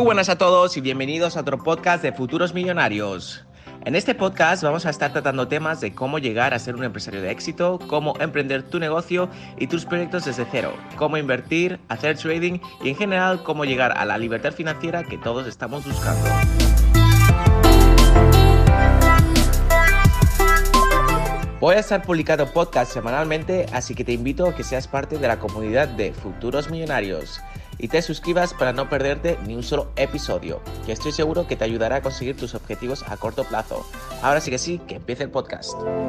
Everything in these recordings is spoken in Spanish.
buenas a todos y bienvenidos a otro podcast de Futuros Millonarios. En este podcast vamos a estar tratando temas de cómo llegar a ser un empresario de éxito, cómo emprender tu negocio y tus proyectos desde cero, cómo invertir, hacer trading y en general cómo llegar a la libertad financiera que todos estamos buscando. Voy a estar publicando podcasts semanalmente, así que te invito a que seas parte de la comunidad de Futuros Millonarios y te suscribas para no perderte ni un solo episodio, que estoy seguro que te ayudará a conseguir tus objetivos a corto plazo. Ahora sí, que empiece el podcast.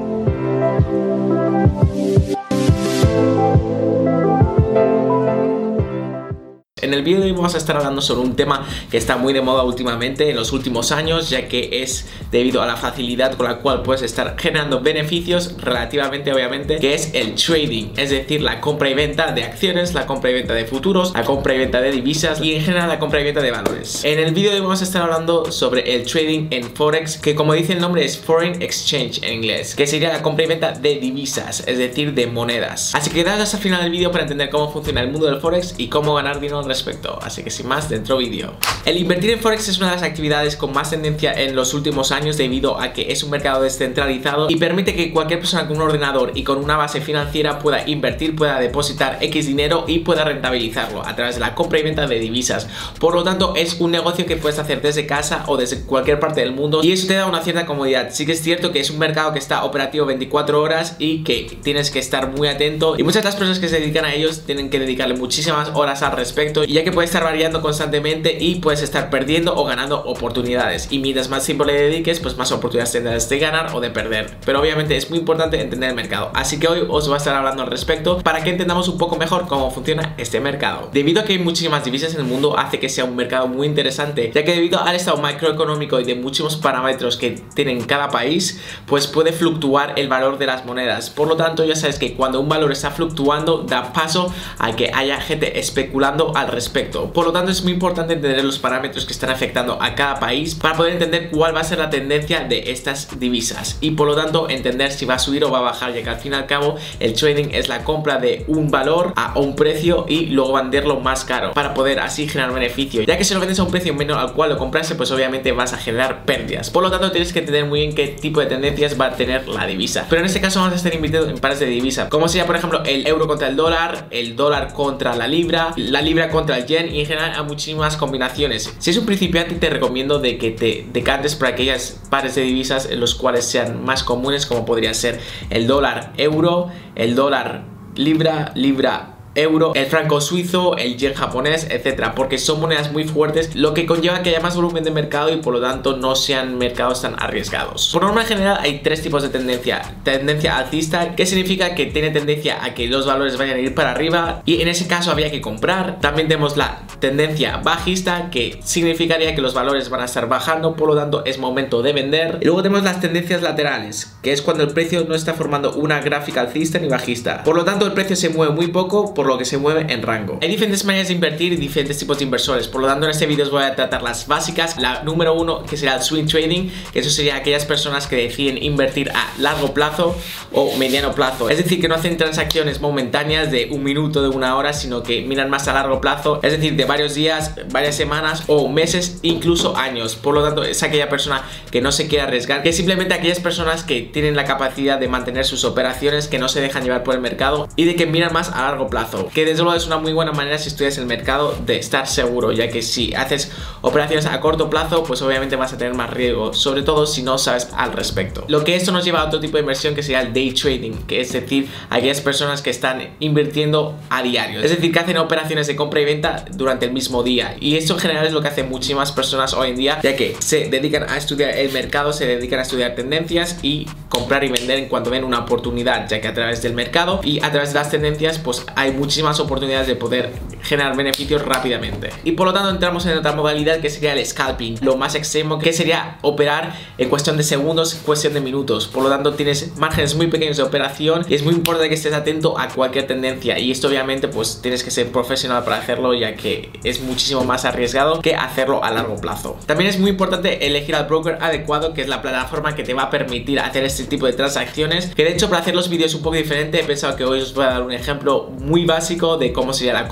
En el vídeo de hoy vamos a estar hablando sobre un tema que está muy de moda últimamente en los últimos años, ya que es debido a la facilidad con la cual puedes estar generando beneficios relativamente, obviamente, que es el trading, es decir, la compra y venta de acciones, la compra y venta de futuros, la compra y venta de divisas y en general la compra y venta de valores. En el vídeo de hoy vamos a estar hablando sobre el trading en Forex, que como dice el nombre es Foreign Exchange en inglés, que sería la compra y venta de divisas, es decir, de monedas. Así que quedad hasta el final del vídeo para entender cómo funciona el mundo del Forex y cómo ganar dinero al respecto. Así que sin más, dentro vídeo. El invertir en Forex es una de las actividades con más tendencia en los últimos años debido a que es un mercado descentralizado y permite que cualquier persona con un ordenador y con una base financiera pueda invertir, pueda depositar X dinero y pueda rentabilizarlo a través de la compra y venta de divisas. Por lo tanto, es un negocio que puedes hacer desde casa o desde cualquier parte del mundo y eso te da una cierta comodidad. Sí que es cierto que es un mercado que está operativo 24 horas y que tienes que estar muy atento y muchas de las personas que se dedican a ellos tienen que dedicarle muchísimas horas al respecto, ya que puede estar variando constantemente y puedes estar perdiendo o ganando oportunidades, y mientras más tiempo le dediques, pues más oportunidades tendrás de ganar o de perder. Pero obviamente es muy importante entender el mercado, así que hoy os voy a estar hablando al respecto para que entendamos un poco mejor cómo funciona este mercado. Debido a que hay muchísimas divisas en el mundo, hace que sea un mercado muy interesante, ya que debido al estado macroeconómico y de muchos parámetros que tienen cada país, pues puede fluctuar el valor de las monedas. Por lo tanto, ya sabes que cuando un valor está fluctuando, da paso a que haya gente especulando al respecto. Por lo tanto, es muy importante entender los parámetros que están afectando a cada país para poder entender cuál va a ser la tendencia de estas divisas y por lo tanto entender si va a subir o va a bajar, ya que al fin y al cabo el trading es la compra de un valor a un precio y luego venderlo más caro para poder así generar beneficio, ya que si lo vendes a un precio menor al cual lo compraste, pues obviamente vas a generar pérdidas. Por lo tanto, tienes que entender muy bien qué tipo de tendencias va a tener la divisa, pero en este caso vamos a estar invirtiendo en pares de divisa, como sería por ejemplo el euro contra el dólar contra la libra contra el yen y en general a muchísimas combinaciones. Si es un principiante, te recomiendo de que te decantes por aquellas pares de divisas en los cuales sean más comunes, como podría ser el dólar euro, el dólar libra euro, el franco suizo, el yen japonés, etcétera, porque son monedas muy fuertes, lo que conlleva que haya más volumen de mercado y por lo tanto no sean mercados tan arriesgados. Por norma general hay tres tipos de tendencia: tendencia alcista, que significa que tiene tendencia a que los valores vayan a ir para arriba y en ese caso habría que comprar. También tenemos la tendencia bajista, que significaría que los valores van a estar bajando, por lo tanto es momento de vender. Y luego tenemos las tendencias laterales, que es cuando el precio no está formando una gráfica alcista ni bajista, por lo tanto el precio se mueve muy poco, por lo que se mueve en rango. Hay diferentes maneras de invertir y diferentes tipos de inversores, por lo tanto en este vídeo os voy a tratar las básicas. La número uno, que será el swing trading, que eso sería aquellas personas que deciden invertir a largo plazo o mediano plazo, es decir, que no hacen transacciones momentáneas de un minuto, de una hora, sino que miran más a largo plazo, es decir, de varios días, varias semanas o meses, incluso años. Por lo tanto, es aquella persona que no se quiere arriesgar, que es simplemente aquellas personas que tienen la capacidad de mantener sus operaciones, que no se dejan llevar por el mercado y de que miran más a largo plazo, que desde luego es una muy buena manera, si estudias el mercado, de estar seguro, ya que si haces operaciones a corto plazo, pues obviamente vas a tener más riesgo, sobre todo si no sabes al respecto. Lo que esto nos lleva a otro tipo de inversión, que sería el day trading, que es decir, aquellas personas que están invirtiendo a diario, es decir, que hacen operaciones de compra y venta durante el mismo día, y esto en general es lo que hacen muchísimas personas hoy en día, ya que se dedican a estudiar el mercado, se dedican a estudiar tendencias y comprar y vender en cuanto ven una oportunidad, ya que a través del mercado y a través de las tendencias pues hay muchísimas oportunidades de poder generar beneficios rápidamente. Y por lo tanto entramos en otra modalidad, que sería el scalping, lo más extremo, que sería operar en cuestión de segundos, cuestión de minutos. Por lo tanto tienes márgenes muy pequeños de operación y es muy importante que estés atento a cualquier tendencia, y esto obviamente pues tienes que ser profesional para hacerlo, ya que es muchísimo más arriesgado que hacerlo a largo plazo. También es muy importante elegir al broker adecuado, que es la plataforma que te va a permitir hacer este tipo de transacciones, que de hecho para hacer los vídeos un poco diferente he pensado que hoy os voy a dar un ejemplo muy básico de cómo sería la compra y venta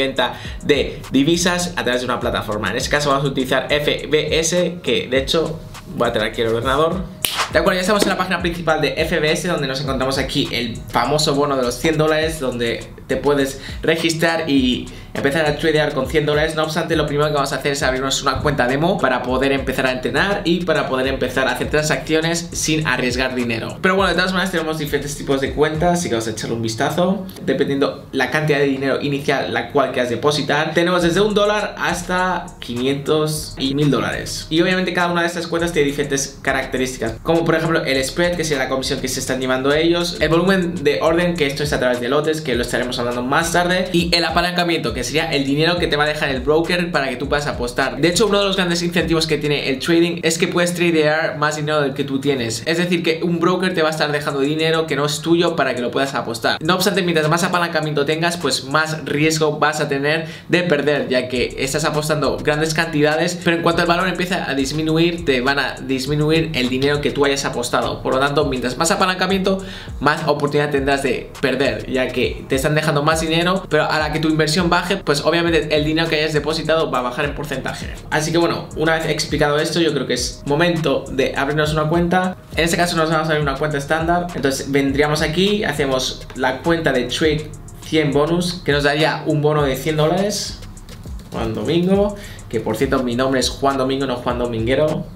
venta de divisas a través de una plataforma. En este caso vamos a utilizar FBS, que de hecho voy a tener aquí el ordenador. De acuerdo, ya estamos en la página principal de FBS, donde nos encontramos aquí el famoso bono de los $100, donde te puedes registrar y empezar a tradear con $100. No obstante, lo primero que vamos a hacer es abrirnos una cuenta demo para poder empezar a entrenar y para poder empezar a hacer transacciones sin arriesgar dinero. Pero bueno, de todas maneras tenemos diferentes tipos de cuentas, así que vamos a echarle un vistazo. Dependiendo la cantidad de dinero inicial la cual quieras depositar, tenemos desde $1 hasta 500 y $1000. Y obviamente cada una de estas cuentas tiene diferentes características, como por ejemplo el spread, que sería la comisión que se están llevando ellos, el volumen de orden, que esto es a través de lotes, que lo estaremos hablando más tarde, y el apalancamiento, que sería el dinero que te va a dejar el broker para que tú puedas apostar. De hecho, uno de los grandes incentivos que tiene el trading es que puedes tradear más dinero del que tú tienes. Es decir, que un broker te va a estar dejando dinero que no es tuyo para que lo puedas apostar. No obstante, mientras más apalancamiento tengas, pues más riesgo vas a tener de perder, ya que estás apostando grandes cantidades, pero en cuanto el valor empieza a disminuir, te van a disminuir el dinero que tú hayas apostado. Por lo tanto, mientras más apalancamiento, más oportunidad tendrás de perder, ya que te están dejando más dinero, pero a la que tu inversión baje, pues obviamente el dinero que hayas depositado va a bajar en porcentaje. Así que bueno, una vez explicado esto, yo creo que es momento de abrirnos una cuenta. En este caso nos vamos a abrir una cuenta estándar. Entonces vendríamos aquí, hacemos la cuenta de Trade 100 bonus, que nos daría un bono de $100. Juan Domingo, que por cierto mi nombre es Juan Domingo, no Juan Dominguero.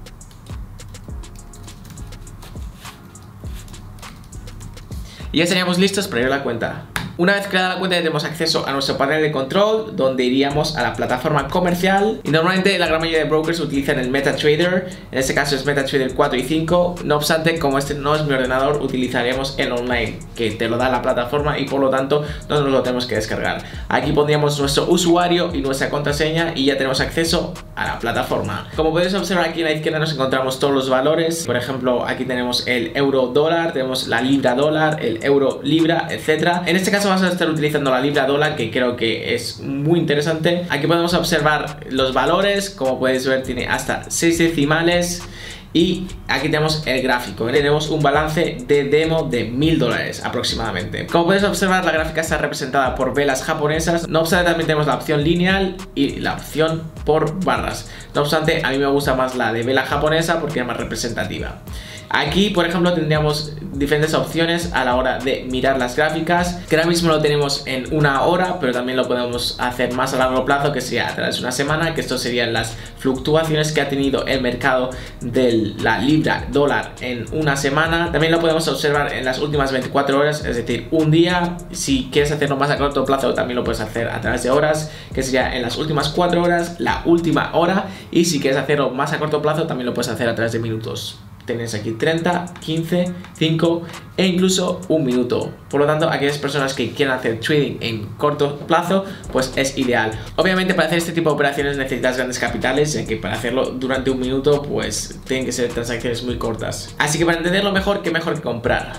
Y ya estaríamos listos para ir a la cuenta. Una vez creada la cuenta ya tenemos acceso a nuestro panel de control, donde iríamos a la plataforma comercial, y normalmente la gran mayoría de brokers utilizan el MetaTrader. En este caso es MetaTrader 4 y 5. No obstante, como este no es mi ordenador, utilizaremos el online, que te lo da la plataforma y por lo tanto no nos lo tenemos que descargar. Aquí pondríamos nuestro usuario y nuestra contraseña y ya tenemos acceso a la plataforma. Como podéis observar, aquí a la izquierda nos encontramos todos los valores. Por ejemplo, aquí tenemos el euro dólar, tenemos la libra dólar, el euro libra, etcétera. En este caso vamos a estar utilizando la libra dólar, que creo que es muy interesante. Aquí podemos observar los valores, como podéis ver tiene hasta 6 decimales. Y aquí tenemos el gráfico, tenemos un balance de demo de $1000 aproximadamente. Como podéis observar, la gráfica está representada por velas japonesas. No obstante, también tenemos la opción lineal y la opción por barras. No obstante, a mí me gusta más la de vela japonesa porque es más representativa. Aquí, por ejemplo, tendríamos diferentes opciones a la hora de mirar las gráficas, que ahora mismo lo tenemos en una hora, pero también lo podemos hacer más a largo plazo, que sería a través de una semana, que esto serían las fluctuaciones que ha tenido el mercado de la libra dólar en una semana. También lo podemos observar en las últimas 24 horas, es decir, un día. Si quieres hacerlo más a corto plazo, también lo puedes hacer a través de horas, que sería en las últimas 4 horas, la última hora. Y si quieres hacerlo más a corto plazo, también lo puedes hacer a través de minutos. Tenéis aquí 30, 15, 5 e incluso un minuto. Por lo tanto, aquellas personas que quieran hacer trading en corto plazo, pues es ideal. Obviamente, para hacer este tipo de operaciones necesitas grandes capitales, ya que para hacerlo durante un minuto, pues tienen que ser transacciones muy cortas. Así que para entenderlo mejor, qué mejor que comprar.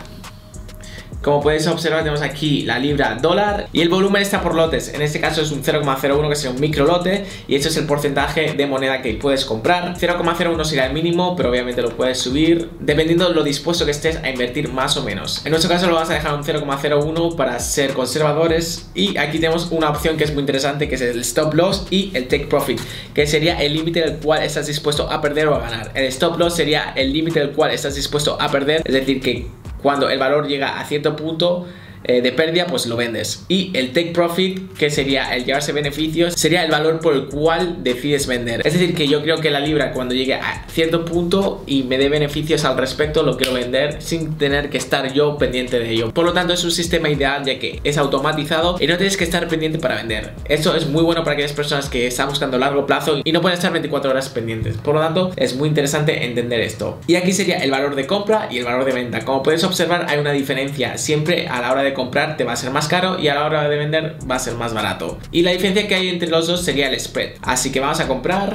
Como podéis observar, tenemos aquí la libra dólar y el volumen está por lotes. En este caso es un 0,01, que sería un micro lote, y esto es el porcentaje de moneda que puedes comprar. 0,01 sería el mínimo, pero obviamente lo puedes subir dependiendo de lo dispuesto que estés a invertir, más o menos. En nuestro caso lo vamos a dejar un 0,01 para ser conservadores, y aquí tenemos una opción que es muy interesante, que es el stop loss y el take profit, que sería el límite del cual estás dispuesto a perder o a ganar. El stop loss sería el límite del cual estás dispuesto a perder, es decir, que cuando el valor llega a cierto punto de pérdida, pues lo vendes. Y el take profit, que sería el llevarse beneficios, sería el valor por el cual decides vender. Es decir, que yo creo que la libra, cuando llegue a cierto punto y me dé beneficios al respecto, lo quiero vender sin tener que estar yo pendiente de ello. Por lo tanto, es un sistema ideal, ya que es automatizado y no tienes que estar pendiente para vender. Esto es muy bueno para aquellas personas que están buscando largo plazo y no pueden estar 24 horas pendientes. Por lo tanto, es muy interesante entender esto. Y aquí sería el valor de compra y el valor de venta. Como puedes observar, hay una diferencia. Siempre a la hora de comprar te va a ser más caro y a la hora de vender va a ser más barato. Y la diferencia que hay entre los dos sería el spread. Así que vamos a comprar.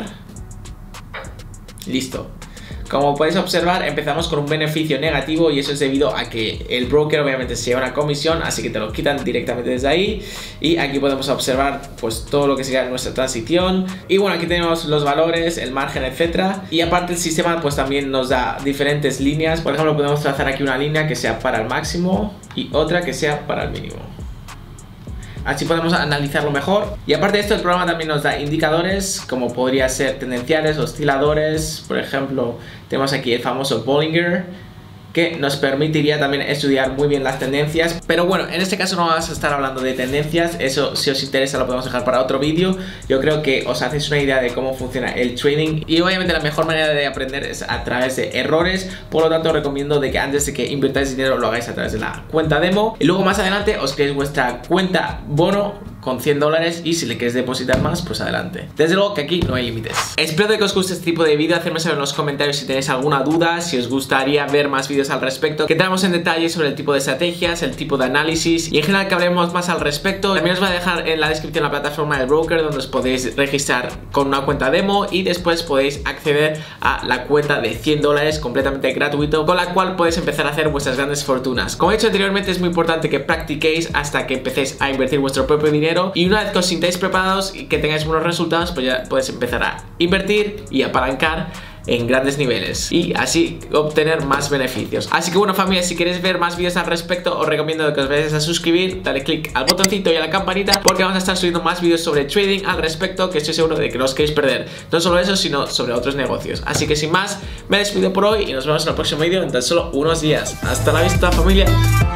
Listo. Como podéis observar, empezamos con un beneficio negativo, y eso es debido a que el broker obviamente se lleva una comisión, así que te lo quitan directamente desde ahí. Y aquí podemos observar pues todo lo que sería nuestra transición. Y bueno, aquí tenemos los valores, el margen, etcétera. Y aparte el sistema pues también nos da diferentes líneas. Por ejemplo, podemos trazar aquí una línea que sea para el máximo y otra que sea para el mínimo. así podemos analizarlo mejor. Y aparte de esto, el programa también nos da indicadores como podría ser tendenciales, osciladores. Por ejemplo, tenemos aquí el famoso Bollinger, que nos permitiría también estudiar muy bien las tendencias. Pero bueno, en este caso no vamos a estar hablando de tendencias, eso si os interesa lo podemos dejar para otro vídeo. Yo creo que os hacéis una idea de cómo funciona el trading y obviamente la mejor manera de aprender es a través de errores. Por lo tanto, os recomiendo de que antes de que invirtáis dinero lo hagáis a través de la cuenta demo y luego más adelante os creéis vuestra cuenta bono con $100 y si le queréis depositar más, pues adelante. Desde luego que aquí no hay límites. Espero que os guste este tipo de vídeo, hacedme saber en los comentarios si tenéis alguna duda, si os gustaría ver más vídeos al respecto, que entramos en detalle sobre el tipo de estrategias, el tipo de análisis y en general que hablemos más al respecto. También os voy a dejar en la descripción la plataforma del broker donde os podéis registrar con una cuenta demo y después podéis acceder a la cuenta de $100 completamente gratuito, con la cual podéis empezar a hacer vuestras grandes fortunas. Como he dicho anteriormente, es muy importante que practiquéis hasta que empecéis a invertir vuestro propio dinero. Y una vez que os sintáis preparados y que tengáis buenos resultados, pues ya podéis empezar a invertir y apalancar en grandes niveles y así obtener más beneficios. Así que bueno, familia, si queréis ver más vídeos al respecto, os recomiendo que os vayáis a suscribir, dale click al botoncito y a la campanita, porque vamos a estar subiendo más vídeos sobre trading al respecto, que estoy seguro de que no os queréis perder. No solo eso, sino sobre otros negocios. Así que sin más, me despido por hoy y nos vemos en el próximo vídeo en tan solo unos días. Hasta la vista, familia.